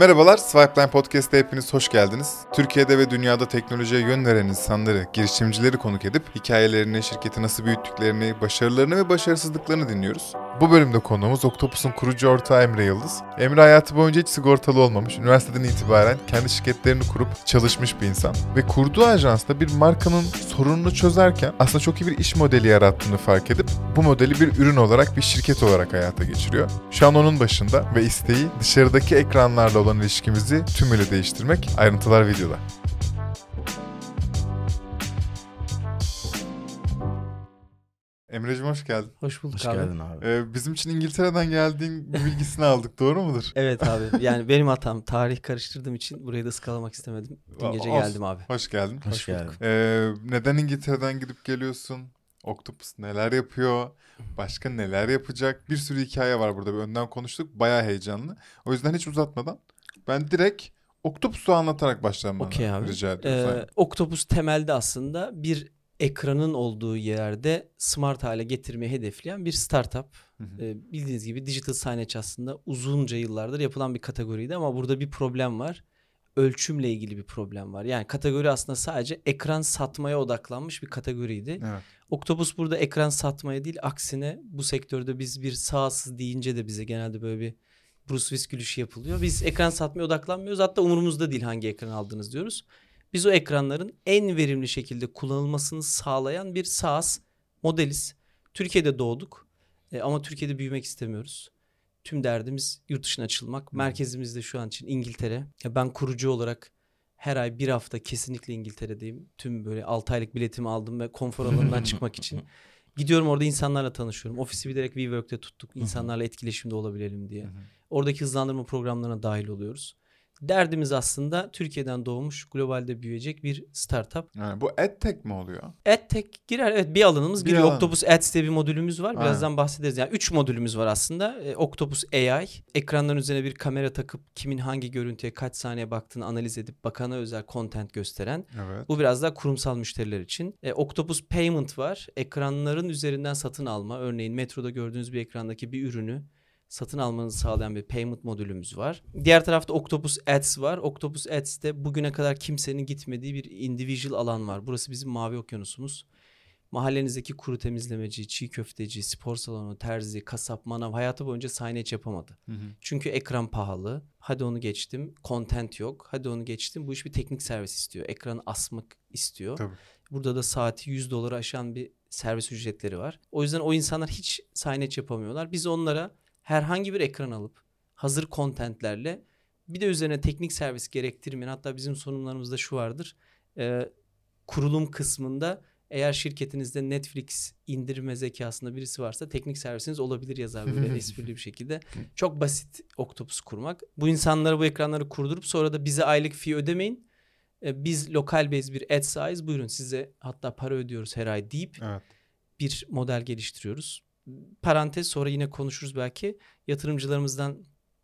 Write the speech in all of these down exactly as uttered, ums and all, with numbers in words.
Merhabalar, Swipeline Podcast'a hepiniz hoş geldiniz. Türkiye'de ve dünyada teknolojiye yön veren insanları, girişimcileri konuk edip hikayelerini, şirketi nasıl büyüttüklerini, başarılarını ve başarısızlıklarını dinliyoruz. Bu bölümde konuğumuz Octopus'un kurucu ortağı Emre Yıldız. Emre hayatı boyunca hiç sigortalı olmamış, üniversiteden itibaren kendi şirketlerini kurup çalışmış bir insan. Ve kurduğu ajansta bir markanın sorununu çözerken aslında çok iyi bir iş modeli yarattığını fark edip bu modeli bir ürün olarak, bir şirket olarak hayata geçiriyor. Şu an onun başında ve isteği dışarıdaki ekranlarla olan ilişkimizi tümüyle değiştirmek. Ayrıntılar videoda. Emre'cim hoş geldin. Hoş bulduk Hoş abi. geldin abi. Ee, bizim için İngiltere'den geldiğin bilgisini aldık, doğru mudur? Evet abi, yani benim hatam. Tarih karıştırdığım için burayı da ıskalamak istemedim. Dün gece Olsun. geldim abi. Hoş geldin. Hoş, Hoş geldin. Ee, neden İngiltere'den gidip geliyorsun? Octopus neler yapıyor? Başka neler yapacak? Bir sürü hikaye var burada. Bir önden konuştuk. Bayağı heyecanlı. O yüzden hiç uzatmadan ben direkt Octopus'u anlatarak başlamanı Okey abi. rica ediyorum. Ee, Aynen. Octopus temelde aslında bir ekranın olduğu yerde smart hale getirmeyi hedefleyen bir startup. Hı hı. Ee, bildiğiniz gibi digital signage aslında uzunca yıllardır yapılan bir kategoriydi ama burada bir problem var. Ölçümle ilgili bir problem var. Yani kategori aslında sadece ekran satmaya odaklanmış bir kategoriydi. Evet. Octopus burada ekran satmaya değil, aksine bu sektörde biz bir sahasız deyince de bize genelde böyle bir Bruce Willis gülüşü yapılıyor. Biz ekran satmaya odaklanmıyoruz. Hatta umurumuzda değil hangi ekran aldınız diyoruz. Biz o ekranların en verimli şekilde kullanılmasını sağlayan bir SaaS modeliz. Türkiye'de doğduk e, ama Türkiye'de büyümek istemiyoruz. Tüm derdimiz yurt dışına açılmak. Merkezimiz de şu an için İngiltere. Ya ben kurucu olarak her ay bir hafta kesinlikle İngiltere'deyim. Tüm böyle altı aylık biletimi aldım ve konfor alanından çıkmak için. Gidiyorum, orada insanlarla tanışıyorum. Ofisi bilerek WeWork'te tuttuk. İnsanlarla etkileşimde olabilelim diye. Oradaki hızlandırma programlarına dahil oluyoruz. Derdimiz aslında Türkiye'den doğmuş, globalde büyüyecek bir startup. Yani bu EdTech mi oluyor? AdTech girer, evet, bir alanımız Bir giriyor. alan. Octopus Ads diye bir modülümüz var. Birazdan Aynen. bahsederiz. Yani üç modülümüz var aslında. E, Octopus A I, ekranların üzerine bir kamera takıp kimin hangi görüntüye kaç saniye baktığını analiz edip bakana özel content gösteren. Evet. Bu biraz daha kurumsal müşteriler için. E, Octopus Payment var. Ekranların üzerinden satın alma. Örneğin metroda gördüğünüz bir ekrandaki bir ürünü satın almanızı sağlayan bir payment modülümüz var. Diğer tarafta Octopus Ads var. Octopus Ads'te bugüne kadar kimsenin gitmediği bir individual alan var. Burası bizim mavi okyanusumuz. Mahallenizdeki kuru temizlemeci, çiğ köfteci, spor salonu, terzi, kasap, manav hayatı boyunca signage yapamadı. Hı hı. Çünkü ekran pahalı. Hadi onu geçtim. Content yok. Hadi onu geçtim. Bu iş bir teknik servis istiyor. Ekranı asmak istiyor. Tabii. Burada da saati yüz doları aşan bir servis ücretleri var. O yüzden o insanlar hiç signage yapamıyorlar. Biz onlara herhangi bir ekran alıp hazır contentlerle, bir de üzerine teknik servis gerektirmeyen, hatta bizim sunumlarımızda şu vardır. E, kurulum kısmında eğer şirketinizde Netflix indirme zekasında birisi varsa teknik servisiniz olabilir yazar böyle esprili bir şekilde. Çok basit Octopus kurmak. Bu insanlara bu ekranları kurdurup sonra da bize aylık fee ödemeyin. E, biz lokal base bir ad size, buyurun size hatta para ödüyoruz her ay deyip Evet. bir model geliştiriyoruz. Parantez, sonra yine konuşuruz belki. Yatırımcılarımızdan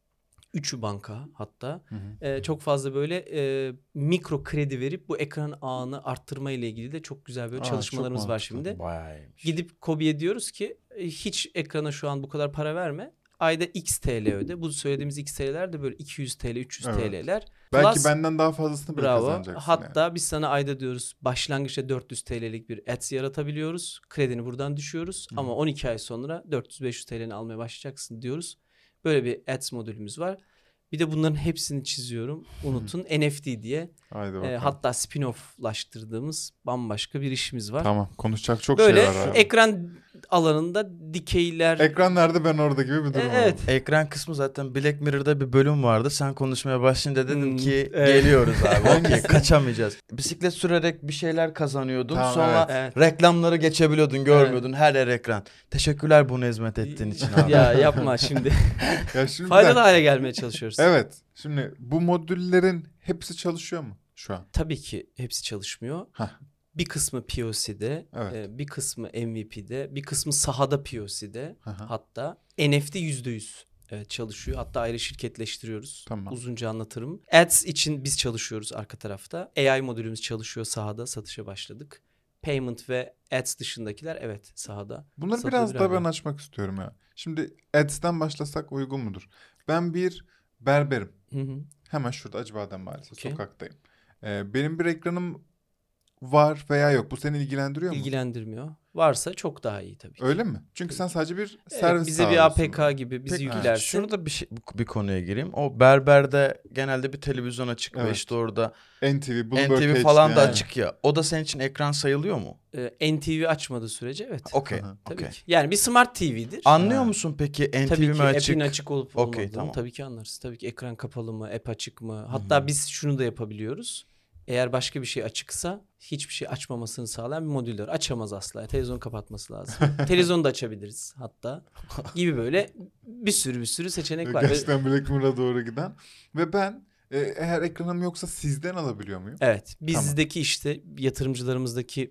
üçü banka hatta. Hı hı. Ee, çok fazla böyle e, mikro kredi verip bu ekran ağını arttırma ile ilgili de çok güzel böyle Aa, çalışmalarımız çok var mantıklı. şimdi. Bayağı iyiymiş. Gidip KOBİ'ye diyoruz ki e, hiç ekrana şu an bu kadar para verme. Ayda X T L öde. Bu söylediğimiz X T L'ler de böyle iki yüz TL, üç yüz Evet. T L'ler. Belki Plus, benden daha fazlasını bile bravo. kazanacaksın. Hatta yani. biz sana ayda diyoruz başlangıçta dört yüz T L'lik bir ads yaratabiliyoruz. Kredini buradan düşüyoruz. Hı. Ama on iki ay sonra dört yüz beş yüz T L'ni almaya başlayacaksın diyoruz. Böyle bir ads modülümüz var. Bir de bunların hepsini çiziyorum. Unutun N F T diye. Haydi E, bakalım. hatta spin-off'laştırdığımız bambaşka bir işimiz var. Tamam, konuşacak çok Böyle şey var abi. ekran alanında dikeyler. Ekran nerede, ben orada gibi bir durum E, evet. oldu. Ekran kısmı zaten Black Mirror'da bir bölüm vardı. Sen konuşmaya başlayınca dedim Hmm, ki evet. geliyoruz abi. Okey, Hangisi? kaçamayacağız. Bisiklet sürerek bir şeyler kazanıyordun. Tamam, Sonra evet. reklamları geçebiliyordun, görmüyordun. Her yer ekran. Teşekkürler bunu hizmet ettiğin için abi. Ya yapma şimdi. Ya şimdi Faydalı ben- hale gelmeye çalışıyoruz. Evet. Şimdi bu modüllerin hepsi çalışıyor mu şu an? Tabii ki hepsi çalışmıyor. Hah. Bir kısmı P O C'de, Evet. e, bir kısmı M V P'de, bir kısmı sahada P O C'de. Aha. Hatta N F T yüzde yüz evet, çalışıyor. Hatta ayrı şirketleştiriyoruz. Tamam. Uzunca anlatırım. Ads için biz çalışıyoruz arka tarafta. A I modülümüz çalışıyor sahada. Satışa başladık. Payment ve Ads dışındakiler evet sahada. Bunları satılıyor biraz daha ben hala. açmak istiyorum ya. Şimdi Ads'ten başlasak uygun mudur? Ben bir berberim. Hı hı. Hemen şurada Acıbadem Mahallesi Okey. sokaktayım. Ee, benim bir ekranım var veya yok. Bu seni ilgilendiriyor mu? İlgilendirmiyor. Varsa çok daha iyi tabii ki. Öyle mi? Çünkü Tabii sen ki. sadece bir Evet, servis bize bir sağlıyorsun A P K böyle. gibi bizi Peki, yüklersin. şurada bir şey, bir konuya gireyim. O berberde genelde bir televizyon açık ve Evet. işte orada N T V, N Bloomberg T V H D falan da yani. açık ya. O da senin için ekran sayılıyor mu? Ee, N T V açmadığı sürece evet. Okey. Hı hı. Tabii Okey. ki. Yani bir Smart T V'dir. Anlıyor Ha. musun peki N T Tabii V ki mi açık? app'in açık olup Okey, olmadığını tamam. tabii ki anlarız. Tabii ki ekran kapalı mı, app açık mı? Hatta biz şunu da yapabiliyoruz. Eğer başka bir şey açıksa hiçbir şey açmamasını sağlayan bir modüldür. Açamaz asla. Yani televizyonu kapatması lazım. Televizyonu da açabiliriz hatta. Gibi böyle bir sürü bir sürü seçenek var. Gerçekten Black Mirror'a doğru giden. Ve ben e, eğer ekranım yoksa sizden alabiliyor muyum? Evet. Bizdeki işte yatırımcılarımızdaki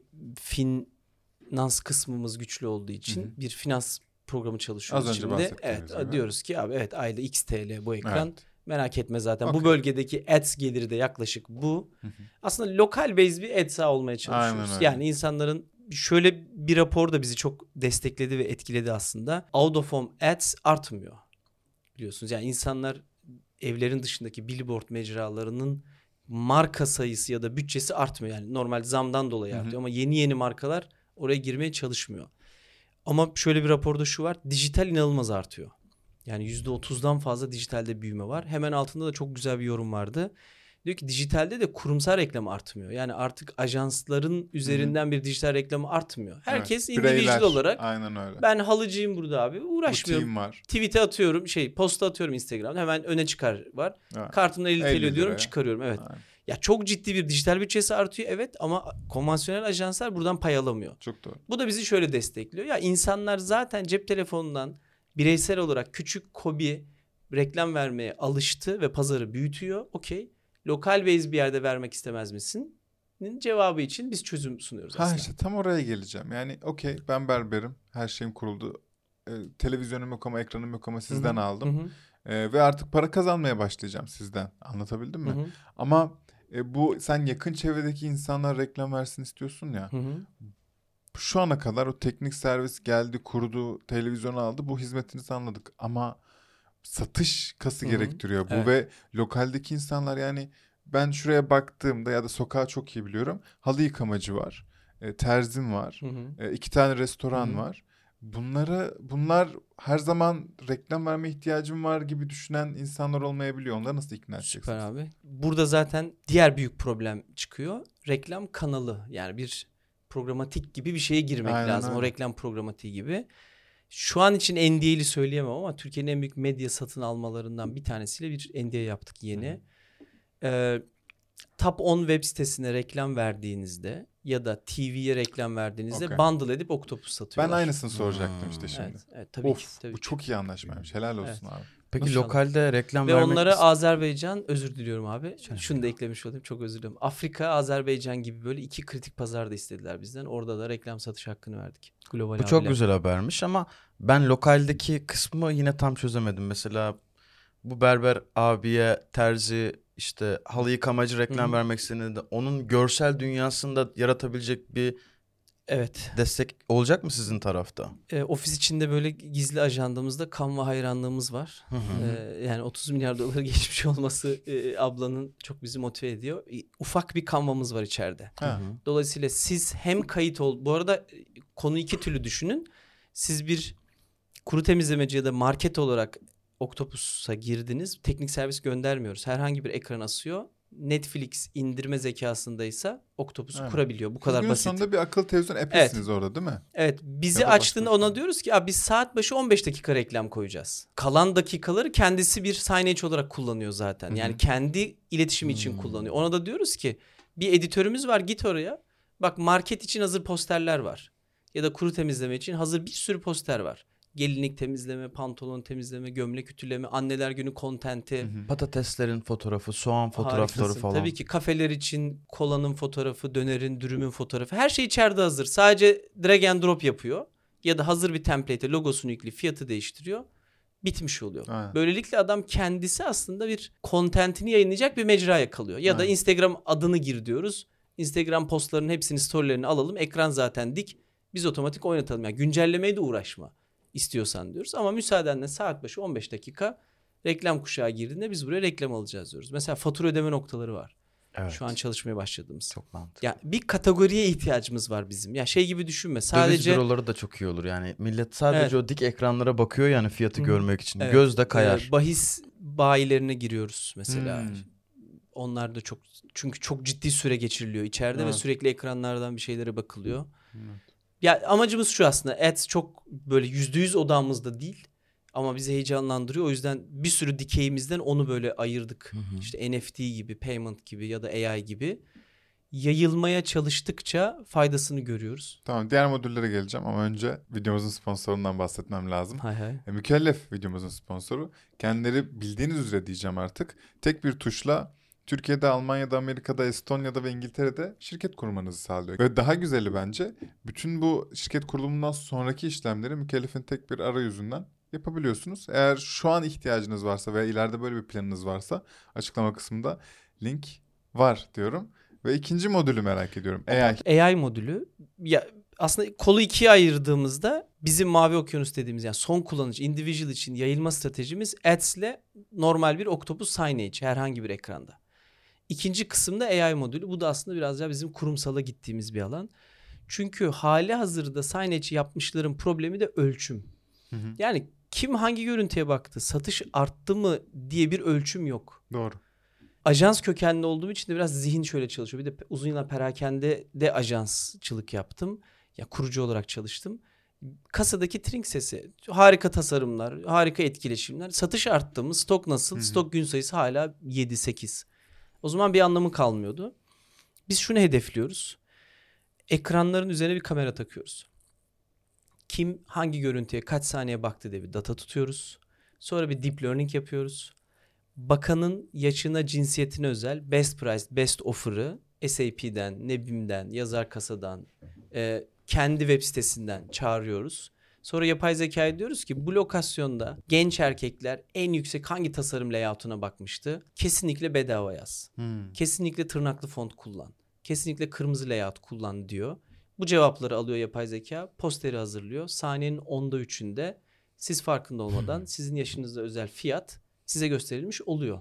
finans kısmımız güçlü olduğu için Hı hı. bir finans programı çalışıyoruz Az önce şimdi. bahsettiğimiz Evet, gibi. diyoruz ki abi evet ayda X T L bu ekran. Evet. Merak etme zaten. Okey. Bu bölgedeki ads geliri de yaklaşık bu. Hı hı. Aslında lokal base bir ads ağ olmaya çalışıyoruz. Aynen öyle. Yani insanların şöyle bir rapor da bizi çok destekledi ve etkiledi aslında. Out of home ads artmıyor. Biliyorsunuz yani insanlar evlerin dışındaki billboard mecralarının marka sayısı ya da bütçesi artmıyor. Yani normal zamdan dolayı Hı hı. artıyor ama yeni yeni markalar oraya girmeye çalışmıyor. Ama şöyle bir raporda şu var. Dijital inanılmaz artıyor. Yani yüzde otuzdan fazla dijitalde büyüme var. Hemen altında da çok güzel bir yorum vardı. Diyor ki dijitalde de kurumsal reklam artmıyor. Yani artık ajansların üzerinden bir dijital reklamı artmıyor. Herkes Evet, individual bireyler. olarak Aynen öyle. ben halıcıyım burada abi Bu uğraşmıyorum. team var. Tweet'e atıyorum şey posta atıyorum Instagram'da hemen öne çıkar var. Evet. Kartımda elli elli T L ödüyorum liraya. çıkarıyorum evet. Aynen. Ya çok ciddi bir dijital bütçesi artıyor evet ama konvansiyonel ajanslar buradan pay alamıyor. Çok doğru. Bu da bizi şöyle destekliyor. Ya insanlar zaten cep telefonundan bireysel olarak küçük kobi reklam vermeye alıştı ve pazarı büyütüyor. Okey. Lokal base bir yerde vermek istemez misin? Cevabı için biz çözüm sunuyoruz Ha aslında. işte tam oraya geleceğim. Yani okey ben berberim. Her şeyim kuruldu. Ee, televizyonum yok ama ekranım yok ama sizden Hı hı, aldım. hı hı, Ee, ve artık para kazanmaya başlayacağım sizden. Anlatabildim mi? hı hı, Ama e, bu sen yakın çevredeki insanlar reklam versin istiyorsun ya. hı hı. Şu ana kadar o teknik servis geldi, kurdu, televizyonu aldı. Bu hizmetinizi anladık. Ama satış kası Hı hı. gerektiriyor bu Evet. ve lokaldeki insanlar yani ben şuraya baktığımda ya da sokağı çok iyi biliyorum. Halı yıkamacı var, e, terzim var, Hı hı. e, iki tane restoran Hı hı. var. Bunları bunlar her zaman reklam verme ihtiyacım var gibi düşünen insanlar olmayabiliyor. Onları nasıl ikna edeceksiniz? Süper abi. Burada zaten diğer büyük problem çıkıyor. Reklam kanalı yani bir programatik gibi bir şeye girmek Aynen lazım. O öyle. reklam programatiği gibi. Şu an için N D A'li söyleyemem ama Türkiye'nin en büyük medya satın almalarından bir tanesiyle bir N D A yaptık yeni. Ee, Top on web sitesine reklam verdiğinizde ya da T V'ye reklam verdiğinizde Okey. bundle edip Octopus Ben satıyorlar. aynısını soracaktım Hmm. işte şimdi. Evet, evet tabii Of ki. Tabii bu ki. çok iyi anlaşmaymış. Helal olsun abi. Peki Maşallah. lokalde reklam Ve vermek onlara is- Azerbaycan özür diliyorum abi. Şöyle Şunu da eklemiş olayım çok özür dilerim. Afrika, Azerbaycan gibi böyle iki kritik pazar da istediler bizden. Orada da reklam satış hakkını verdik. Global Bu çok abiler. güzel habermiş ama ben lokaldeki kısmı yine tam çözemedim. Mesela bu berber abiye terzi işte halı yıkamacı reklam Hı hı. vermek istediğinde onun görsel dünyasında yaratabilecek bir Evet. destek olacak mı sizin tarafta? E, ofis içinde böyle gizli ajandamızda Canva hayranlığımız var. Hı hı. E, yani otuz milyar doları geçmiş olması e, ablanın çok bizi motive ediyor. E, ufak bir Canva'mız var içeride. Ha. Dolayısıyla siz hem kayıt ol... Bu arada e, konu iki türlü düşünün. Siz bir kuru temizlemeci ya da market olarak Octopus'a girdiniz. Teknik servis göndermiyoruz. Herhangi bir ekran asıyor. Netflix indirme zekasındaysa Octopus'u Aynen. kurabiliyor. Bu kadar Günün basit. sonunda bir akıllı televizyon app'isiniz orada değil mi? Evet bizi Ya da başka açtığında bir ona şey. diyoruz ki abi biz saat başı on beş dakika reklam koyacağız. Kalan dakikaları kendisi bir signage olarak kullanıyor zaten. Hı hı. Yani kendi iletişimi için Hmm. kullanıyor. Ona da diyoruz ki bir editörümüz var git oraya. Bak market için hazır posterler var. Ya da kuru temizleme için hazır bir sürü poster var. Gelinlik temizleme, pantolon temizleme, gömlek ütüleme, anneler günü kontenti. Hı hı. Patateslerin fotoğrafı, soğan fotoğrafları Harikasın. falan. Tabii ki kafeler için kolanın fotoğrafı, dönerin, dürümün fotoğrafı. Her şey içeride hazır. Sadece drag and drop yapıyor. Ya da hazır bir template'e logosunu yükleyip fiyatı değiştiriyor. Bitmiş oluyor. Aynen. Böylelikle adam kendisi aslında bir contentini yayınlayacak bir mecraya kalıyor. Ya da Aynen. Instagram adını gir diyoruz. Instagram postlarının hepsini storylerini alalım. Ekran zaten dik. Biz otomatik oynatalım. Yani güncellemeye de uğraşma istiyorsan diyoruz. Ama müsaadenle saat başı on beş dakika Reklam kuşağı girdiğinde biz buraya reklam alacağız diyoruz. Mesela fatura ödeme noktaları var. Evet. Şu an çalışmaya başladığımız. Çok mantıklı. Ya bir kategoriye ihtiyacımız var bizim. Ya şey gibi düşünme. Döviz Sadece büroları da çok iyi olur yani. Millet sadece Evet. o dik ekranlara bakıyor yani fiyatı Hı. görmek için. Evet. Göz de kayar. Ee, bahis bayilerine giriyoruz mesela. Hmm. Onlar da çok, çünkü çok ciddi süre geçiriliyor içeride Evet. ve sürekli ekranlardan bir şeylere bakılıyor. Evet. Ya amacımız şu aslında. Ads çok böyle yüzde yüz odağımızda değil. Ama bizi heyecanlandırıyor. O yüzden bir sürü dikeyimizden onu böyle ayırdık. Hı hı. İşte N F T gibi, payment gibi ya da A I gibi. Yayılmaya çalıştıkça faydasını görüyoruz. Tamam, diğer modüllere geleceğim ama önce videomuzun sponsorundan bahsetmem lazım. Hay hay. E, Mükellef videomuzun sponsoru. Kendileri bildiğiniz üzere diyeceğim artık. Tek bir tuşla Türkiye'de, Almanya'da, Amerika'da, Estonya'da ve İngiltere'de şirket kurmanızı sağlıyor. Ve daha güzeli bence bütün bu şirket kurulumundan sonraki işlemleri Mükellef'in tek bir arayüzünden yapabiliyorsunuz. Eğer şu an ihtiyacınız varsa veya ileride böyle bir planınız varsa açıklama kısmında link var diyorum. Ve ikinci modülü merak ediyorum. A I. A I modülü ya aslında kolu ikiye ayırdığımızda bizim mavi okyanus dediğimiz yani son kullanıcı individual için yayılma stratejimiz Ads ile normal bir Octopus Signage herhangi bir ekranda. İkinci kısımda A I modülü. Bu da aslında biraz daha bizim kurumsala gittiğimiz bir alan. Çünkü hali hazırda Signage yapmışların problemi de ölçüm. Hı hı. Yani kim hangi görüntüye baktı, satış arttı mı diye bir ölçüm yok. Doğru. Ajans kökenli olduğum için de biraz zihin şöyle çalışıyor. Bir de uzun yıllar perakende de ajansçılık yaptım. Ya kurucu olarak çalıştım. Kasadaki trink sesi, harika tasarımlar, harika etkileşimler. Satış arttı mı, stok nasıl? Hı hı. Stok gün sayısı hala yedi sekiz. O zaman bir anlamı kalmıyordu. Biz şunu hedefliyoruz. Ekranların üzerine bir kamera takıyoruz. Kim hangi görüntüye kaç saniye baktı diye bir data tutuyoruz. Sonra bir deep learning yapıyoruz. Bakanın yaşına, cinsiyetine özel best price, best offer'ı S A P'den, Nebim'den, yazar kasadan, e, kendi web sitesinden çağırıyoruz. Sonra yapay zekaya diyoruz ki bu lokasyonda genç erkekler en yüksek hangi tasarım layout'una bakmıştı? Kesinlikle bedava yaz. Hmm. Kesinlikle tırnaklı font kullan. Kesinlikle kırmızı layout kullan diyor. Bu cevapları alıyor yapay zeka, posteri hazırlıyor. Saniyenin onda üçünde siz farkında olmadan sizin yaşınıza özel fiyat size gösterilmiş oluyor.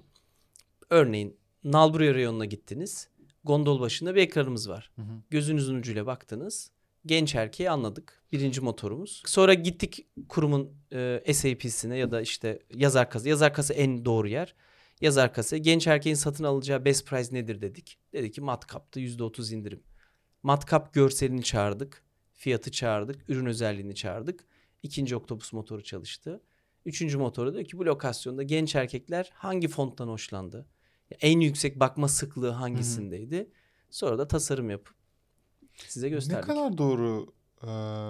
Örneğin Nalburya reyonuna gittiniz. Gondol başında bir ekranımız var. Hı hı. Gözünüzün ucuyla baktınız. Genç erkeği anladık. Birinci motorumuz. Sonra gittik kurumun e, S A P'sine ya da işte yazar kasa. Yazar kasa en doğru yer. Yazar kasa. Genç erkeğin satın alacağı best price nedir dedik. Dedi ki matkapta yüzde otuz indirim. Matkap görselini çağırdık. Fiyatı çağırdık. Ürün özelliğini çağırdık. İkinci Octopus motoru çalıştı. Üçüncü motoru diyor ki bu lokasyonda genç erkekler hangi fonttan hoşlandı? En yüksek bakma sıklığı hangisindeydi? Sonra da tasarım yapıp size gösterdik. Ne kadar doğru eee,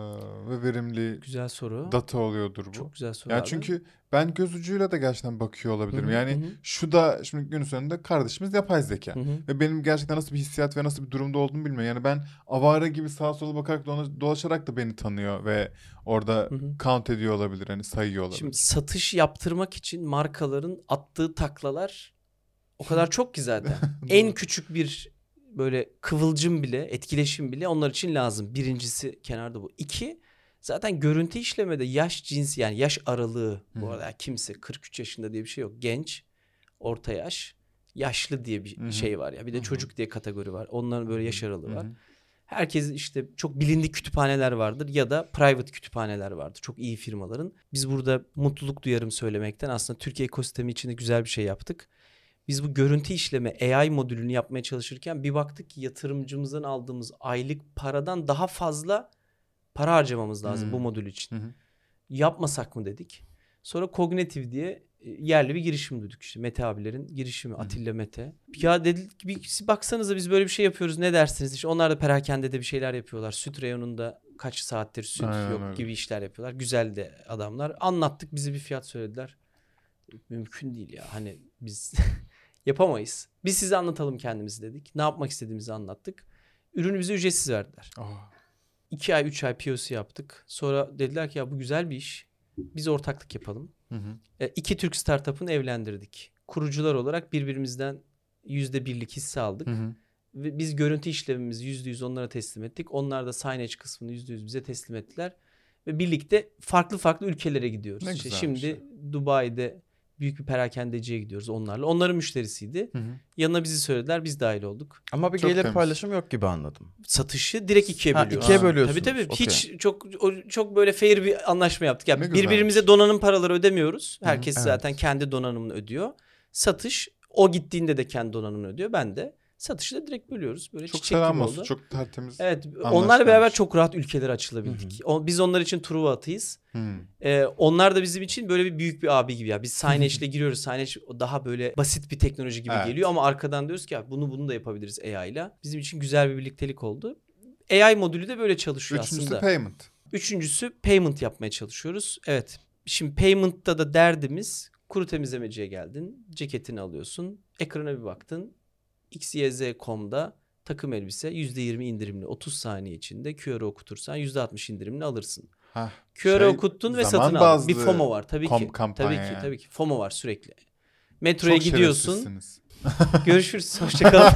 ve verimli Güzel soru. data oluyordur bu. Çok güzel soru Ya abi. çünkü ben göz ucuyla da gerçekten bakıyor olabilirim. Hı hı, yani hı hı. şu da şimdi günün sonunda kardeşimiz yapay zeka. Hı hı. Ve benim gerçekten nasıl bir hissiyat ve nasıl bir durumda olduğumu bilmiyor. Yani ben avare gibi sağa sola bakarak dolaş- dolaşarak da beni tanıyor ve orada Hı hı. count ediyor olabilir. Hani sayıyor olabilir. Şimdi satış yaptırmak için markaların attığı taklalar o kadar çok ki zaten. En küçük bir böyle kıvılcım bile, etkileşim bile onlar için lazım. Birincisi kenarda bu. İki, zaten görüntü işlemede yaş cins yani yaş aralığı bu Hı. arada kimse kırk üç yaşında diye bir şey yok. Genç, orta yaş, yaşlı diye bir Hı hı. şey var ya. Bir de Hı hı. çocuk diye kategori var. Onların böyle yaş aralığı Hı var. hı. Herkes işte çok bilindik kütüphaneler vardır ya da private kütüphaneler vardır. Çok iyi firmaların. Biz burada mutluluk duyarım söylemekten. Aslında Türkiye ekosistemi içinde güzel bir şey yaptık. Biz bu görüntü işleme A I modülünü yapmaya çalışırken bir baktık ki yatırımcımızdan aldığımız aylık paradan daha fazla para harcamamız lazım Hmm. bu modül için. Hı hı. Yapmasak mı dedik. Sonra Cognitive diye e, yerli bir girişim duyduk işte. Mete abilerin girişimi. Hı hı. Atilla Mete. Ya dedik bir siz baksanıza biz böyle bir şey yapıyoruz ne dersiniz? İşte onlar da perakende de bir şeyler yapıyorlar. Süt reyonunda kaç saattir süt Aynen yok öyle. gibi işler yapıyorlar. Güzel de adamlar. Anlattık bize bir fiyat söylediler. Mümkün değil ya hani biz yapamayız. Biz size anlatalım kendimizi dedik. Ne yapmak istediğimizi anlattık. Ürünü bize ücretsiz verdiler. Oh. iki ay üç ay P O C yaptık. Sonra dediler ki ya bu güzel bir iş. Biz ortaklık yapalım. Hı hı. E, iki Türk startup'ını evlendirdik. Kurucular olarak birbirimizden yüzde birlik hisse aldık. Hı hı. Ve biz görüntü işlemimizi yüzde yüz onlara teslim ettik. Onlar da signage kısmını yüzde yüz bize teslim ettiler. Ve birlikte farklı farklı ülkelere gidiyoruz. Ne İşte güzel bir şimdi şey. Dubai'de büyük bir perakendeciye gidiyoruz onlarla. Onların müşterisiydi. Hı hı. Yanına bizi söylediler. Biz dahil olduk. Ama bir Çok gelir temiz. paylaşımı yok gibi anladım. Satışı direkt ikiye Ha, bölüyoruz. ikiye Aa, bölüyorsunuz. Tabii tabii. Okey. Hiç çok o- çok böyle fair bir anlaşma yaptık. Yani Ne güzelmiş. birbirimize donanım paraları ödemiyoruz. Hı hı, Herkes evet. zaten kendi donanımını ödüyor. Satış o gittiğinde de kendi donanımını ödüyor. Ben de satışı da direkt bölüyoruz. Böyle Çok çiçek selam gibi olsun. oldu. Çok tertemiz. Evet, anlaşma onlarla beraber olmuş. çok rahat ülkelere açılabildik. O, biz onlar için Truva atıyız. Hı. Ee, onlar da bizim için böyle bir büyük bir abi gibi ya. Biz Signage'le giriyoruz. Signage daha böyle basit bir teknoloji gibi Evet. geliyor ama arkadan diyoruz ki ya bunu bunu da yapabiliriz A I ile. Bizim için güzel bir birliktelik oldu. A I modülü de böyle çalışıyor Üçüncüsü aslında. payment. Üçüncüsü payment yapmaya çalışıyoruz. Evet. Şimdi payment'ta da derdimiz kuru temizlemeciye geldin. Ceketini alıyorsun. Ekrana bir baktın. X Y Z nokta com'da takım elbise yüzde yirmi indirimli otuz saniye içinde Q R'ı okutursan yüzde altmış indirimli alırsın. Hah, Q R'ı şey, okuttun ve zaman satın aldın. bazlı Bir FOMO var tabii kom- ki. kampanya Tabii ki yani. tabii ki. FOMO var sürekli. Metroya Çok gidiyorsun. şerefsizsiniz. Görüşürüz. Hoşçakalın.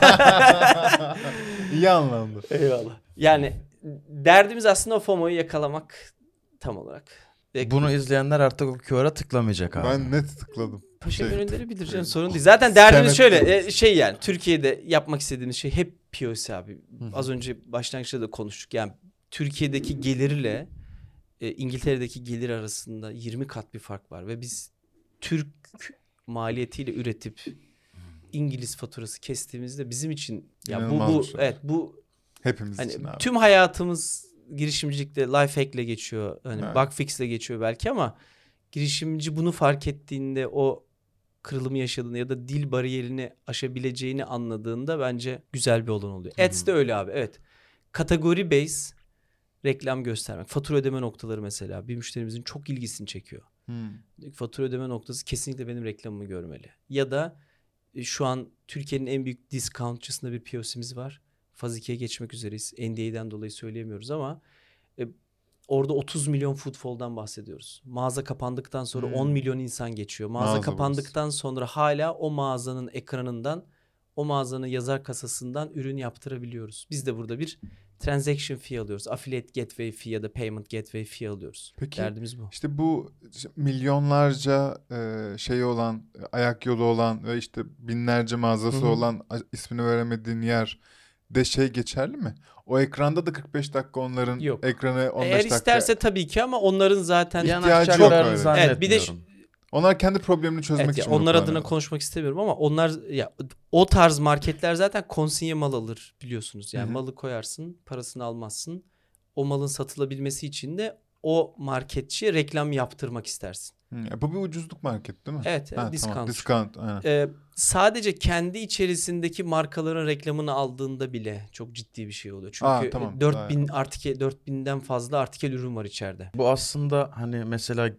İyi anlamda. Eyvallah. Yani derdimiz aslında o FOMO'yu yakalamak tam olarak. Ve Bunu izleyenler artık o Q R'a tıklamayacak abi. Ben net tıkladım. Paşa Şey- gönülleri bilir canım sorun değil. Zaten derdimiz Skenet şöyle diyoruz. e, şey yani Türkiye'de yapmak istediğimiz şey hep P O C abi. Hı hı. Az önce başlangıçta da konuştuk. Yani Türkiye'deki gelirle e, İngiltere'deki gelir arasında yirmi kat bir fark var ve biz Türk maliyetiyle üretip İngiliz faturası kestiğimizde bizim için ya bu İnanılmaz bu bir şey. evet bu Hepimiz hani için abi. tüm hayatımız girişimcilikte life hack'le geçiyor. Hani Evet. bug fix'le geçiyor belki ama girişimci bunu fark ettiğinde o kırılımı yaşadığında ya da dil bariyerini aşabileceğini anladığında bence güzel bir olan oluyor. Hı hı. Ads de öyle abi evet. Kategori base reklam göstermek. Fatura ödeme noktaları mesela bir müşterimizin çok ilgisini çekiyor. Hmm. Fatura ödeme noktası kesinlikle benim reklamımı görmeli. Ya da e, şu an Türkiye'nin en büyük discountçısında bir P O C'miz var. Faz ikiye geçmek üzereyiz. N D A'den dolayı söyleyemiyoruz ama e, orada otuz milyon footfall'dan bahsediyoruz. Mağaza kapandıktan sonra Hmm. on milyon insan geçiyor. Mağaza, Mağaza kapandıktan sonra hala o mağazanın ekranından, o mağazanın yazar kasasından ürün yaptırabiliyoruz. Biz de burada bir transaction fee alıyoruz. Affiliate gateway fee ya da payment gateway fee alıyoruz. Peki, Derdimiz bu. İşte bu milyonlarca e, şeyi olan, e, ayak yolu olan ve işte binlerce mağazası Hı hı. olan a- ismini veremediğin yer de şey geçerli mi? O ekranda da kırk beş dakika onların Yok. ekranı on beş Eğer dakika. isterse tabii ki ama onların zaten İhtiyacı yok Yanaşacaklarını öyle. zannetmiyorum. Evet, bir de şu- Onlar kendi problemini çözmek Evet ya, için bunu onlar adına kullanıyorlar. konuşmak istemiyorum ama onlar ya o tarz marketler zaten konsinye mal alır biliyorsunuz. Yani Hı hı. malı koyarsın, parasını almazsın. O malın satılabilmesi için de o marketçiye reklam yaptırmak istersin. Hı, bu bir ucuzluk market değil mi? Evet, Ha, evet discount. Tamam. Discount. Aynen. Ee, sadece kendi içerisindeki markaların reklamını aldığında bile çok ciddi bir şey oluyor. Çünkü Aa, tamam. dört bin artikel dört binden fazla artikel ürün var içeride. Bu aslında hani mesela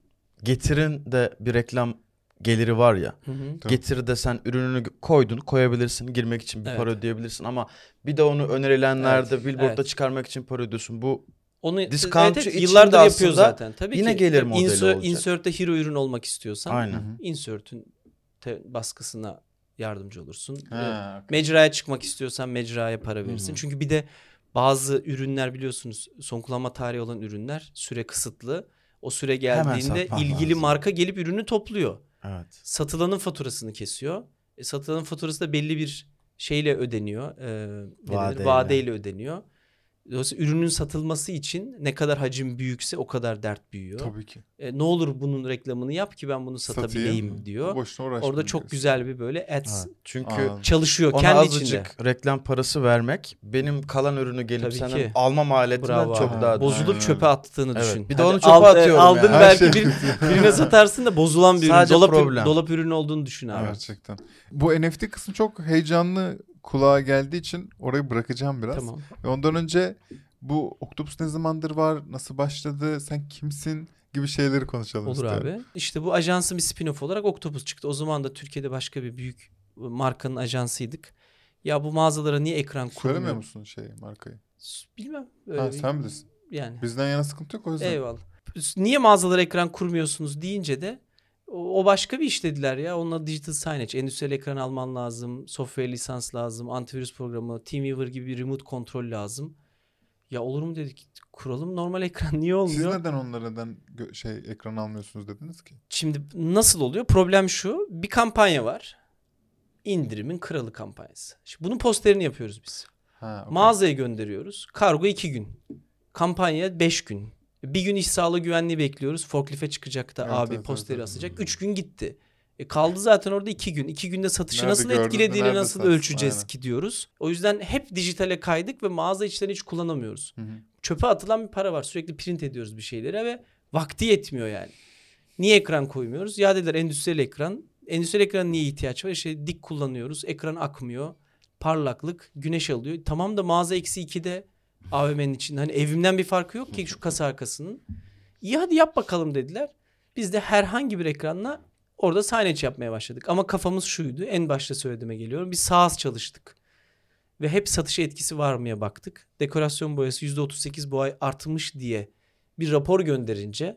Getir'in de bir reklam geliri var ya. Hı hı. Tabii. Getir'de sen ürününü koydun, koyabilirsin, girmek için bir Evet. para ödeyebilirsin ama bir de onu önerilenlerde Evet, billboardda evet. çıkarmak için para ödüyorsun. Bu Onu Discountçı evet, evet, için yıllardır de yapıyor aslında zaten. Tabii yine ki. gelir Tabii modeli insert- olacak. Insert'te hero ürün olmak istiyorsan aynen. Hı hı. insert'ün te- baskısına yardımcı olursun. Ee, Ha, okey. Mecraya çıkmak istiyorsan mecraya para verirsin. Hı hı. Çünkü bir de bazı ürünler biliyorsunuz son kullanma tarihi olan ürünler süre kısıtlı. O süre geldiğinde satman ilgili lazım. marka gelip ürünü topluyor. Evet. Satılanın faturasını kesiyor. E, satılanın faturası da belli bir şeyle ödeniyor. Ee, ne denir? Vadeyle. Vadeyle ödeniyor. Dolayısıyla ürünün satılması için ne kadar hacim büyükse o kadar dert büyüyor. Tabii ki. E, ne olur bunun reklamını yap ki ben bunu satabileyim Satayım. diyor. Boşuna uğraşmayayım Orada çok diyorsun. güzel bir böyle ads Evet. Çünkü Anladım. çalışıyor ona kendi azıcık içinde. reklam parası vermek benim kalan ürünü gelip Tabii senin ki. alma maliyetinden Bravo çok abi. daha düşük. Bozulup Aynen çöpe öyle. attığını Evet, düşün. bir de Hadi onu çöpe al- e, atıyorum Aldın ya. Her belki şey bir, kötü. birine satarsın da bozulan bir ürün. Sadece Dolap, problem. dolap ürünü olduğunu düşün abi. Gerçekten. Bu N F T kısmı çok heyecanlı kulağa geldiği için orayı bırakacağım biraz. Tamam. Ve ondan önce bu Octopus ne zamandır var, nasıl başladı, sen kimsin gibi şeyleri konuşalım Olur istiyorum. abi. İşte bu ajansın bir spin-off olarak Octopus çıktı. O zaman da Türkiye'de başka bir büyük markanın ajansıydık. Ya bu mağazalara niye ekran kurmuyor? Söylemiyor musun şey markayı? Bilmem. Öyle Ha, bir- sen bilirsin. Yani. Bizden yana sıkıntı yok o yüzden. Eyvallah. Niye mağazalara ekran kurmuyorsunuz deyince de o, o başka bir iş dediler ya. Onun adı digital signage. Endüstriyel ekran alman lazım. Software lisans lazım. Antivirüs programı. TeamViewer gibi bir remote kontrol lazım. Ya olur mu dedik. Kuralım normal ekran, niye olmuyor? Siz neden onlara neden gö- şey ekran almıyorsunuz dediniz ki? Şimdi nasıl oluyor? Problem şu. Bir kampanya var. İndirimin kralı kampanyası. Şimdi bunun posterini yapıyoruz biz. Ha, okay. Mağazaya gönderiyoruz. Kargo iki gün. Kampanya beş gün. Bir gün iş sağlığı güvenliği bekliyoruz. Forklifte çıkacak da Evet, abi evet, posteri evet, asacak. evet. Üç gün gitti. E kaldı zaten orada iki gün. İki günde satışı Nerede nasıl gördün de etkilediğini nerede nasıl satsın, ölçeceğiz aynen. ki diyoruz. O yüzden hep dijitale kaydık ve mağaza içlerini hiç kullanamıyoruz. Hı hı. Çöpe atılan bir para var. Sürekli print ediyoruz bir şeylere ve vakti yetmiyor yani. Niye ekran koymuyoruz? Ya dediler endüstriyel ekran. Endüstriyel ekran niye ihtiyaç var? İşte dik kullanıyoruz. Ekran akmıyor. Parlaklık, güneş alıyor. Tamam da mağaza eksi ikide A V M'nin içinde. Hani evimden bir farkı yok ki şu kasa arkasının. İyi hadi yap bakalım dediler. Biz de herhangi bir ekranla orada signage yapmaya başladık. Ama kafamız şuydu. En başta söylediğime geliyorum. Biz SaaS çalıştık. Ve hep satışa etkisi var mıya baktık. Dekorasyon boyası yüzde otuz sekiz bu ay artmış diye bir rapor gönderince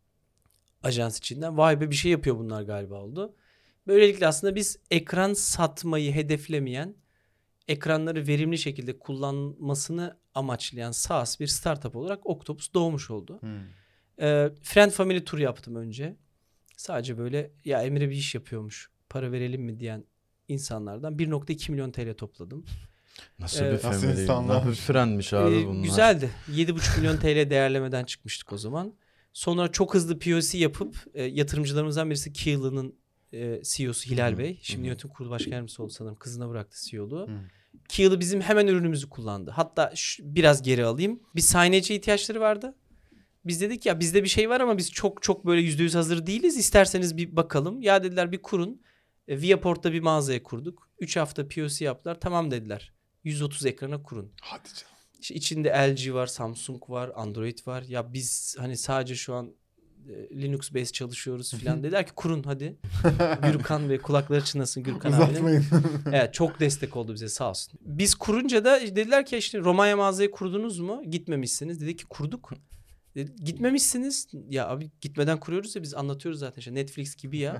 ajans içinden vay be bir şey yapıyor bunlar galiba oldu. Böylelikle aslında biz ekran satmayı hedeflemeyen, ekranları verimli şekilde kullanmasını amaçlayan SaaS bir startup olarak Octopus doğmuş oldu. Hmm. Ee, Friend Family Tour yaptım önce. Sadece böyle ya Emre bir iş yapıyormuş, para verelim mi diyen insanlardan bir nokta iki milyon T L topladım. Nasıl Ee, bir Nasıl family? insanlar? Nasıl bir frenmiş abi Ee, bunlar? güzeldi. yedi buçuk milyon T L değerlemeden çıkmıştık o zaman. Sonra çok hızlı P O C yapıp e, yatırımcılarımızdan birisi Keel'ın e, C E O'su Hilal Hı hı, Bey. Şimdi hı. yönetim kurulu başkan yardımcısı oldu sanırım. Kızına bıraktı C E O'luğu. Hı. Keel'ı bizim hemen ürünümüzü kullandı. Hatta şu, biraz geri alayım. Bir signage'e ihtiyaçları vardı. Biz dedik ya bizde bir şey var ama biz çok çok böyle yüzde yüz hazır değiliz. İsterseniz bir bakalım. Ya dediler bir kurun. E, Viaport'ta bir mağazaya kurduk. üç hafta P O C yaptılar. Tamam dediler. yüz otuz ekrana kurun. Hadi canım. İşte içinde L G var, Samsung var, Android var. Ya biz hani sadece şu an e, Linux based çalışıyoruz falan. Dediler ki kurun hadi. Gürkan Bey kulakları çınlasın Gürkan abinin. Uzatmayın. Evet çok destek oldu bize sağ olsun. Biz kurunca da dediler ki işte Romanya mağazayı kurdunuz mu? Gitmemişsiniz. Dedik ki kurduk. Dedi, gitmemişsiniz. Ya abi gitmeden kuruyoruz ya biz anlatıyoruz zaten. İşte Netflix gibi ya.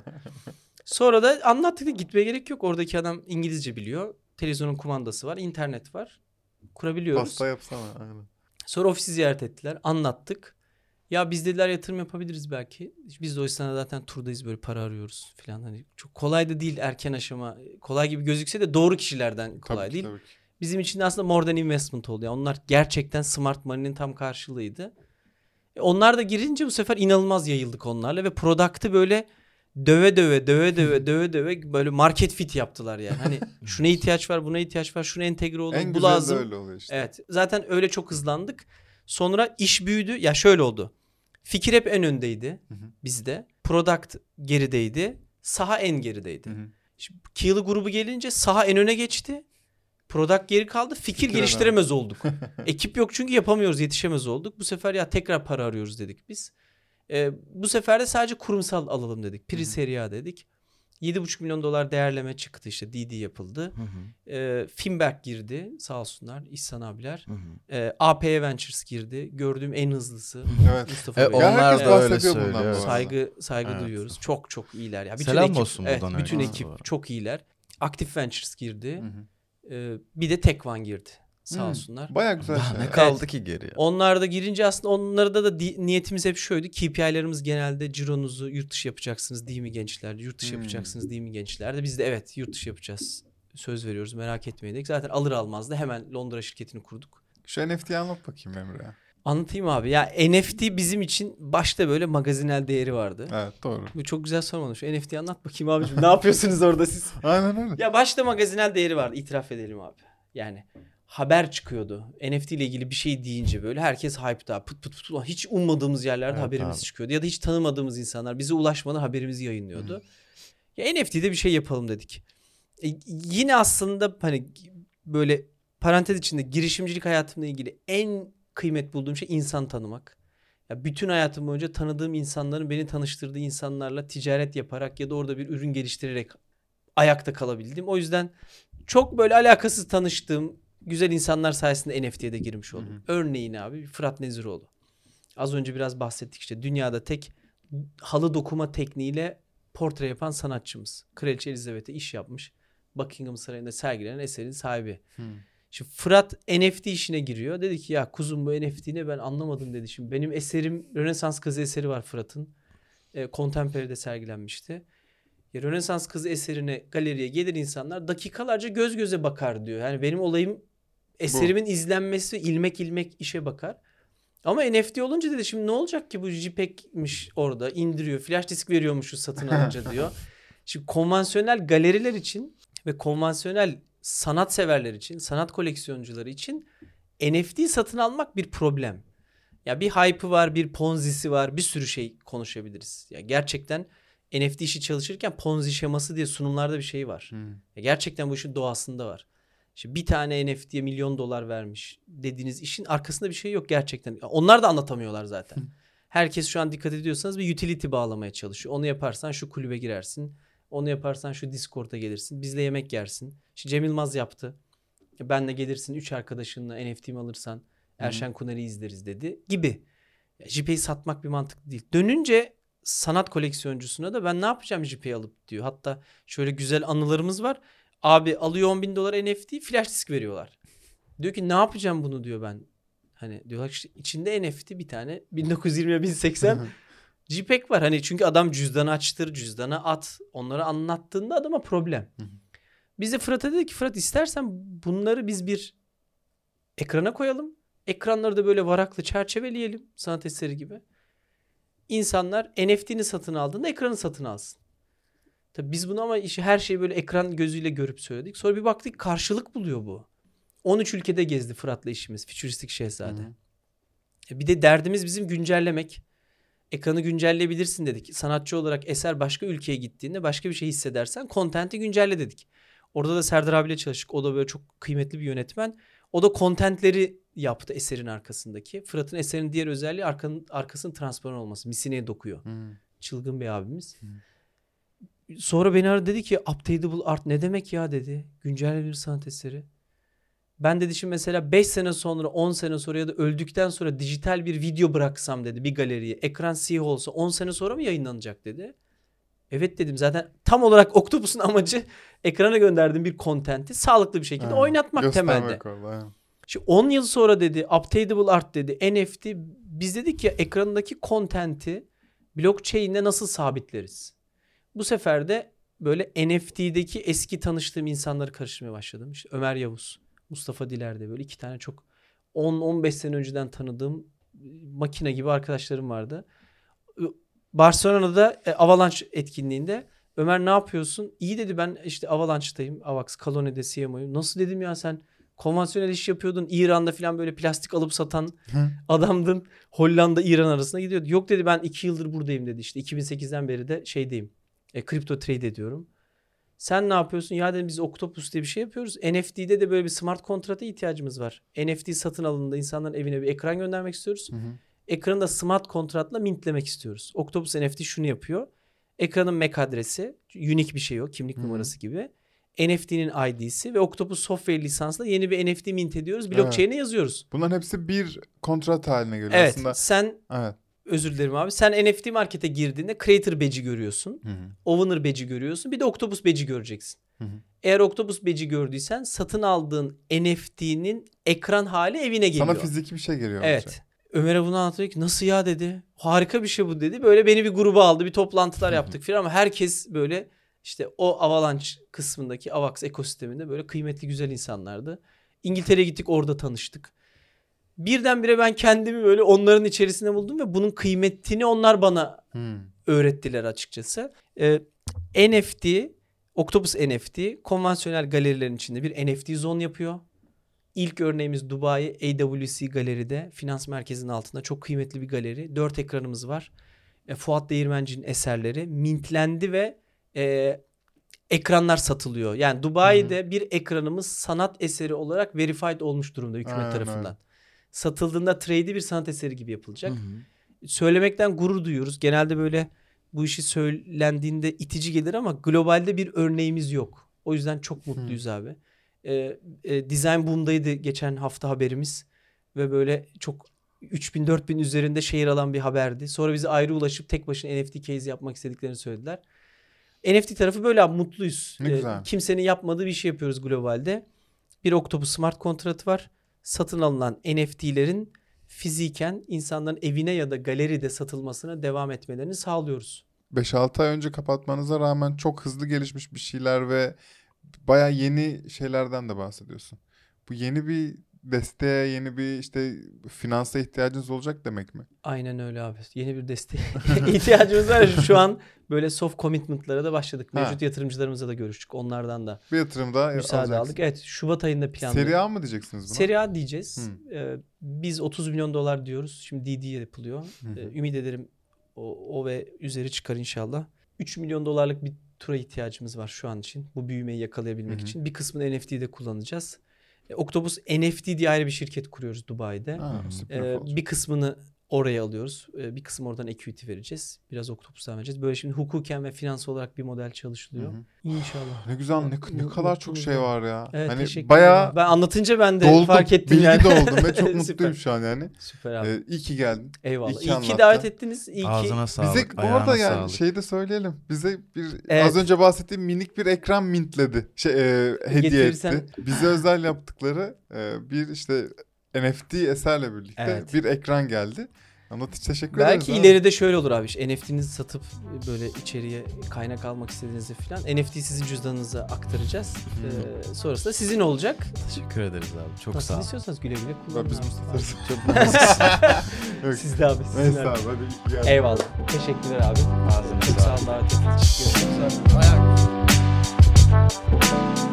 Sonra da anlattık da gitmeye gerek yok. Oradaki adam İngilizce biliyor. Televizyonun kumandası var, internet var. Kurabiliyoruz. Pasta yapsana. Aynen. Sonra ofisi ziyaret ettiler. Anlattık. Ya biz dediler yatırım yapabiliriz belki. Biz de o yüzden zaten turdayız böyle para arıyoruz falan. Hani çok kolay da değil erken aşama. Kolay gibi gözükse de doğru kişilerden kolay Tabii ki, değil. tabii ki. Bizim için de aslında more than investment oldu. Yani onlar gerçekten smart money'nin tam karşılığıydı. E onlar da girince bu sefer inanılmaz yayıldık onlarla ve product'ı böyle döve döve döve döve döve döve böyle market fit yaptılar yani. Hani şuna ihtiyaç var, buna ihtiyaç var, şuna entegre olun, En bu güzel lazım. de öyle oluyor işte. Evet. Zaten öyle çok hızlandık. Sonra iş büyüdü. Ya şöyle oldu. Fikir hep en öndeydi Hı hı. bizde. Product gerideydi. Saha en gerideydi. Hı hı. Şimdi Keel'ı grubu gelince saha en öne geçti. Product geri kaldı. Fikir, Fikir geliştiremez olduk. Ekip yok çünkü yapamıyoruz, yetişemez olduk. Bu sefer ya tekrar para arıyoruz dedik biz. Ee, bu sefer de sadece kurumsal alalım dedik. Hı hı. Pre-Serie A dedik. yedi buçuk milyon dolar değerleme çıktı işte D D yapıldı. Hı hı, Ee, Finberg girdi sağ olsunlar İhsan abiler. hı hı. Ee, A P Ventures girdi. Gördüğüm en hızlısı. Evet. Mustafa E, Bey. Ya onlar herkes da öyle bahsediyor bundan bu söylüyor. arada. Saygı saygı Evet. duyuyoruz. Çok çok iyiler ya. Bütün Selam ekip, olsun evet, buradan bütün herkese. ekip çok iyiler. Active Ventures girdi. Hı hı. Ee, bir de Tek One girdi. Sağ Hı. olsunlar. Baya güzel Daha şey. ne kaldı ki geriye? Onlar da girince aslında onlarda da di- niyetimiz hep şuydu. K P I'lerimiz genelde cironuzu yurt dışı yapacaksınız değil mi gençler? Yurt dışı Hmm. yapacaksınız değil mi gençler? De biz de evet yurt dışı yapacağız. Söz veriyoruz merak etmeyin dedik. Zaten alır almaz da hemen Londra şirketini kurduk. Şu N F T'yi anlat bakayım Emre. Anlatayım abi. Ya N F T bizim için başta böyle magazinel değeri vardı. Evet doğru. Bu çok güzel sormadım. Şu N F T'yi anlat bakayım abicim. Ne yapıyorsunuz orada siz? Aynen öyle. Ya başta magazinel değeri vardı. İtiraf edelim abi. Yani haber çıkıyordu. N F T ile ilgili bir şey deyince böyle herkes hype'da. Pıt pıt pıt. Hiç ummadığımız yerlerde Evet haberimiz abi. çıkıyordu. Ya da hiç tanımadığımız insanlar bize ulaşmadan haberimizi yayınlıyordu. Ya N F T'de bir şey yapalım dedik. E, yine aslında hani böyle parantez içinde girişimcilik hayatımla ilgili en kıymet bulduğum şey insan tanımak. Ya bütün hayatım boyunca tanıdığım insanların beni tanıştırdığı insanlarla ticaret yaparak ya da orada bir ürün geliştirerek ayakta kalabildim. O yüzden çok böyle alakasız tanıştığım güzel insanlar sayesinde N F T'ye de girmiş oldum. Hı hı. Örneğin abi Fırat Neziroğlu. Az önce biraz bahsettik işte dünyada tek halı dokuma tekniğiyle portre yapan sanatçımız. Kraliçe Elizabeth'e iş yapmış. Buckingham Sarayı'nda sergilenen eserin sahibi. Hı. Şimdi Fırat N F T işine giriyor. Dedi ki ya kuzum bu N F T ne ben anlamadım dedi. Şimdi benim eserim Rönesans Kızı eseri var Fırat'ın. E, Contemporary'de sergilenmişti. Ya, Rönesans Kızı eserine galeriye gelir insanlar dakikalarca göz göze bakar diyor. Yani benim olayım eserimin bu. izlenmesi ilmek ilmek işe bakar. Ama N F T olunca dedi şimdi ne olacak ki bu JPEG'miş orada indiriyor. Flash disk veriyormuşuz satın alınca diyor. Şimdi konvansiyonel galeriler için ve konvansiyonel sanat severler için, sanat koleksiyoncuları için N F T satın almak bir problem. Ya bir hype'ı var, bir ponzi'si var, bir sürü şey konuşabiliriz. Ya gerçekten N F T işi çalışırken ponzi şeması diye sunumlarda bir şey var. Hmm. Ya gerçekten bu işin doğasında var. Şimdi bir tane N F T'ye milyon dolar vermiş dediğiniz işin arkasında bir şey yok gerçekten. Onlar da anlatamıyorlar zaten. Hmm. Herkes şu an dikkat ediyorsanız bir utility bağlamaya çalışıyor. Onu yaparsan şu kulübe girersin. Onu yaparsan şu Discord'a gelirsin. Bizle yemek yersin. İşte Cem Yılmaz yaptı. Benle gelirsin üç arkadaşınla N F T'mi alırsan Erşen Kuner'i izleriz dedi gibi. JPEG'i satmak bir mantık değil. Dönünce sanat koleksiyoncusuna da ben ne yapacağım JPEG'i alıp diyor. Hatta şöyle güzel anılarımız var. Abi alıyor on bin dolar N F T flash disk veriyorlar. Diyor ki ne yapacağım bunu diyor ben. Hani diyorlar işte içinde N F T bir tane bin dokuz yüz yirmi bin seksen JPEG var. Hani çünkü adam cüzdanı açtır, cüzdanı at. Onları anlattığında adama problem. Biz de Fırat'a dedik ki Fırat istersen bunları biz bir ekrana koyalım. Ekranları da böyle varaklı çerçeveleyelim sanat eseri gibi. İnsanlar N F T'ni satın aldığında ekranı satın alsın. Tabii biz bunu ama işi her şeyi böyle ekran gözüyle görüp söyledik. Sonra bir baktık karşılık buluyor bu. on üç ülkede gezdi Fırat'la işimiz. Fütüristik Şehzade. Hı. Bir de derdimiz bizim güncellemek. Ekranı güncelleyebilirsin dedik. Sanatçı olarak eser başka ülkeye gittiğinde başka bir şey hissedersen content'i güncelle dedik. Orada da Serdar abiyle çalıştık. O da böyle çok kıymetli bir yönetmen. O da content'leri yaptı eserin arkasındaki. Fırat'ın eserinin diğer özelliği arkanın, arkasının transparan olması. Misineye dokuyor. Hmm. Çılgın bir abimiz. Hmm. Sonra beni aradı dedi ki updatable art ne demek ya dedi. Güncellenebilir sanat eseri. Ben dedi şimdi mesela beş sene sonra on sene sonra ya da öldükten sonra dijital bir video bıraksam dedi bir galeriye. Ekran siyah olsa on sene sonra mı yayınlanacak dedi. Evet dedim zaten tam olarak Octopus'un amacı ekrana gönderdiğim bir content'i sağlıklı bir şekilde ha, oynatmak temelde. Orada, şimdi on yıl sonra dedi updatable art dedi N F T biz dedik ya ekranındaki content'i blockchain'le nasıl sabitleriz? Bu sefer de böyle N F T'deki eski tanıştığım insanları karıştırmaya başladım. İşte Ömer Yavuz, Mustafa Diler'de böyle iki tane çok on on beş sene önceden tanıdığım makine gibi arkadaşlarım vardı. Barcelona'da e, Avalanche etkinliğinde Ömer ne yapıyorsun? İyi dedi ben işte Avalanche'tayım. Avax, Kaloni'de C M O'yum. Nasıl dedim ya sen konvansiyonel iş yapıyordun. İran'da falan böyle plastik alıp satan Hı. adamdın. Hollanda, İran arasında gidiyordu. Yok dedi ben iki yıldır buradayım dedi işte. iki bin sekizden beri de şeydeyim. E, kripto trade ediyorum. Sen ne yapıyorsun? Ya dedim biz Octopus diye bir şey yapıyoruz. N F T'de de böyle bir smart kontrata ihtiyacımız var. N F T satın alındığında insanların evine bir ekran göndermek istiyoruz. Hı hı. Ekranı da smart kontratla mintlemek istiyoruz. Octopus N F T şunu yapıyor. Ekranın M A C adresi, unique bir şey o, kimlik hmm. numarası gibi. N F T'nin I D'si ve Octopus software lisansla yeni bir N F T mint ediyoruz. Blockchain'e evet. yazıyoruz. Bunların hepsi bir kontrat haline geliyor evet, aslında. Sen, evet. özür dilerim abi. Sen N F T markete girdiğinde Creator badge'i görüyorsun. Hı hı. Owner badge'i görüyorsun. Bir de Octopus badge'i göreceksin. Hı hı. Eğer Octopus badge'i gördüysen satın aldığın N F T'nin ekran hali evine geliyor. Sana fiziki bir şey geliyor. Evet. Önce. Ömer'e bunu anlatıyor ki nasıl ya dedi. Harika bir şey bu dedi. Böyle beni bir gruba aldı. Bir toplantılar yaptık filan ama herkes böyle işte o Avalanche kısmındaki Avax ekosisteminde böyle kıymetli güzel insanlardı. İngiltere'ye gittik orada tanıştık. Birdenbire ben kendimi böyle onların içerisinde buldum ve bunun kıymetini onlar bana hmm. öğrettiler açıkçası. Ee, N F T, Octopus N F T konvansiyonel galerilerin içinde bir N F T zone yapıyor. İlk örneğimiz Dubai A W C Galeri'de finans merkezinin altında çok kıymetli bir galeri. Dört ekranımız var. E, Fuat Değirmenci'nin eserleri mintlendi ve e, ekranlar satılıyor. Yani Dubai'de Hı-hı. bir ekranımız sanat eseri olarak verified olmuş durumda hükümet Aynen. tarafından. Satıldığında trade'i bir sanat eseri gibi yapılacak. Hı-hı. Söylemekten gurur duyuyoruz. Genelde böyle bu işi söylendiğinde itici gelir ama globalde bir örneğimiz yok. O yüzden çok mutluyuz Hı-hı. abi. E, e, Design Boom'daydı geçen hafta haberimiz ve böyle çok üç bin dört bin üzerinde şehir alan bir haberdi. Sonra bize ayrı ulaşıp tek başına N F T case yapmak istediklerini söylediler. N F T tarafı böyle abi mutluyuz. E, kimsenin yapmadığı bir şey yapıyoruz globalde. Bir Octopus smart kontratı var. Satın alınan N F T'lerin fiziken insanların evine ya da galeride satılmasına devam etmelerini sağlıyoruz. beş altı ay önce kapatmanıza rağmen çok hızlı gelişmiş bir şeyler ve bayağı yeni şeylerden de bahsediyorsun. Bu yeni bir desteğe, yeni bir işte finansa ihtiyacınız olacak demek mi? Aynen öyle abi. Yeni bir desteğe ihtiyacımız var. Şu an böyle soft commitment'lara da başladık. Mevcut Ha. yatırımcılarımızla da görüştük. Onlardan da Bir yatırımda müsaade alacaksın. aldık. Evet, Şubat ayında planlı. Seri A mı diyeceksiniz buna? Seri A diyeceğiz. Hmm. Ee, biz otuz milyon dolar diyoruz. Şimdi D D yapılıyor. Hı hı. Ee, ümit ederim o, o ve üzeri çıkar inşallah. üç milyon dolarlık bir tura ihtiyacımız var şu an için. Bu büyümeyi yakalayabilmek Hı hı. için. Bir kısmını N F T'de kullanacağız. E, Octopus N F T diye ayrı bir şirket kuruyoruz Dubai'de. Ha, Hı hı. spin-off Ee, olacak. bir kısmını oraya alıyoruz. Ee, bir kısmı oradan equity vereceğiz. Biraz Octopus'tan vereceğiz. Böyle şimdi hukuken ve finans olarak bir model çalışılıyor. Hı hı. İnşallah. Ne güzel, ne, ne Mut- kadar çok şey mutluyum. var ya. Evet, hani teşekkür bayağı ederim. Ben anlatınca ben de doldum, fark ettim bilgi yani. de oldum ve çok Süper. mutluyum şu an yani. Süper abi. Ee, iyi ki geldin. Eyvallah. iyi ki İyi ki anlattın. davet ettiniz. İyi ki. Ağzına sağlık. Bize bu ayağına arada yani sağlık. şeyi de söyleyelim. Bize bir Evet. az önce bahsettiğim minik bir ekran mintledi. Şey e, hediye Getirirsen- etti. Bize özel yaptıkları e, bir işte N F T eserle birlikte Evet. bir ekran geldi. Anlat, hiç teşekkür ederiz. Belki abi. ileride şöyle olur abi. N F T'nizi satıp böyle içeriye kaynak almak istediğinizde falan N F T sizin cüzdanınıza aktaracağız. Ee, sonrasında sizin olacak. Teşekkür ederiz abi. Çok Nasıl sağ ol. istiyorsanız güle güle kullanın. Ben biz abi. Mustafa'yız. Çok naziksin. Yok. Siz de abi. Sizin Neyse abi. abi, hadi iyi ki geldin. Eyvallah. Teşekkürler abi. Ağzına Çok sağ sağlık. olun davet ettiğiniz için. Görüşmek üzere.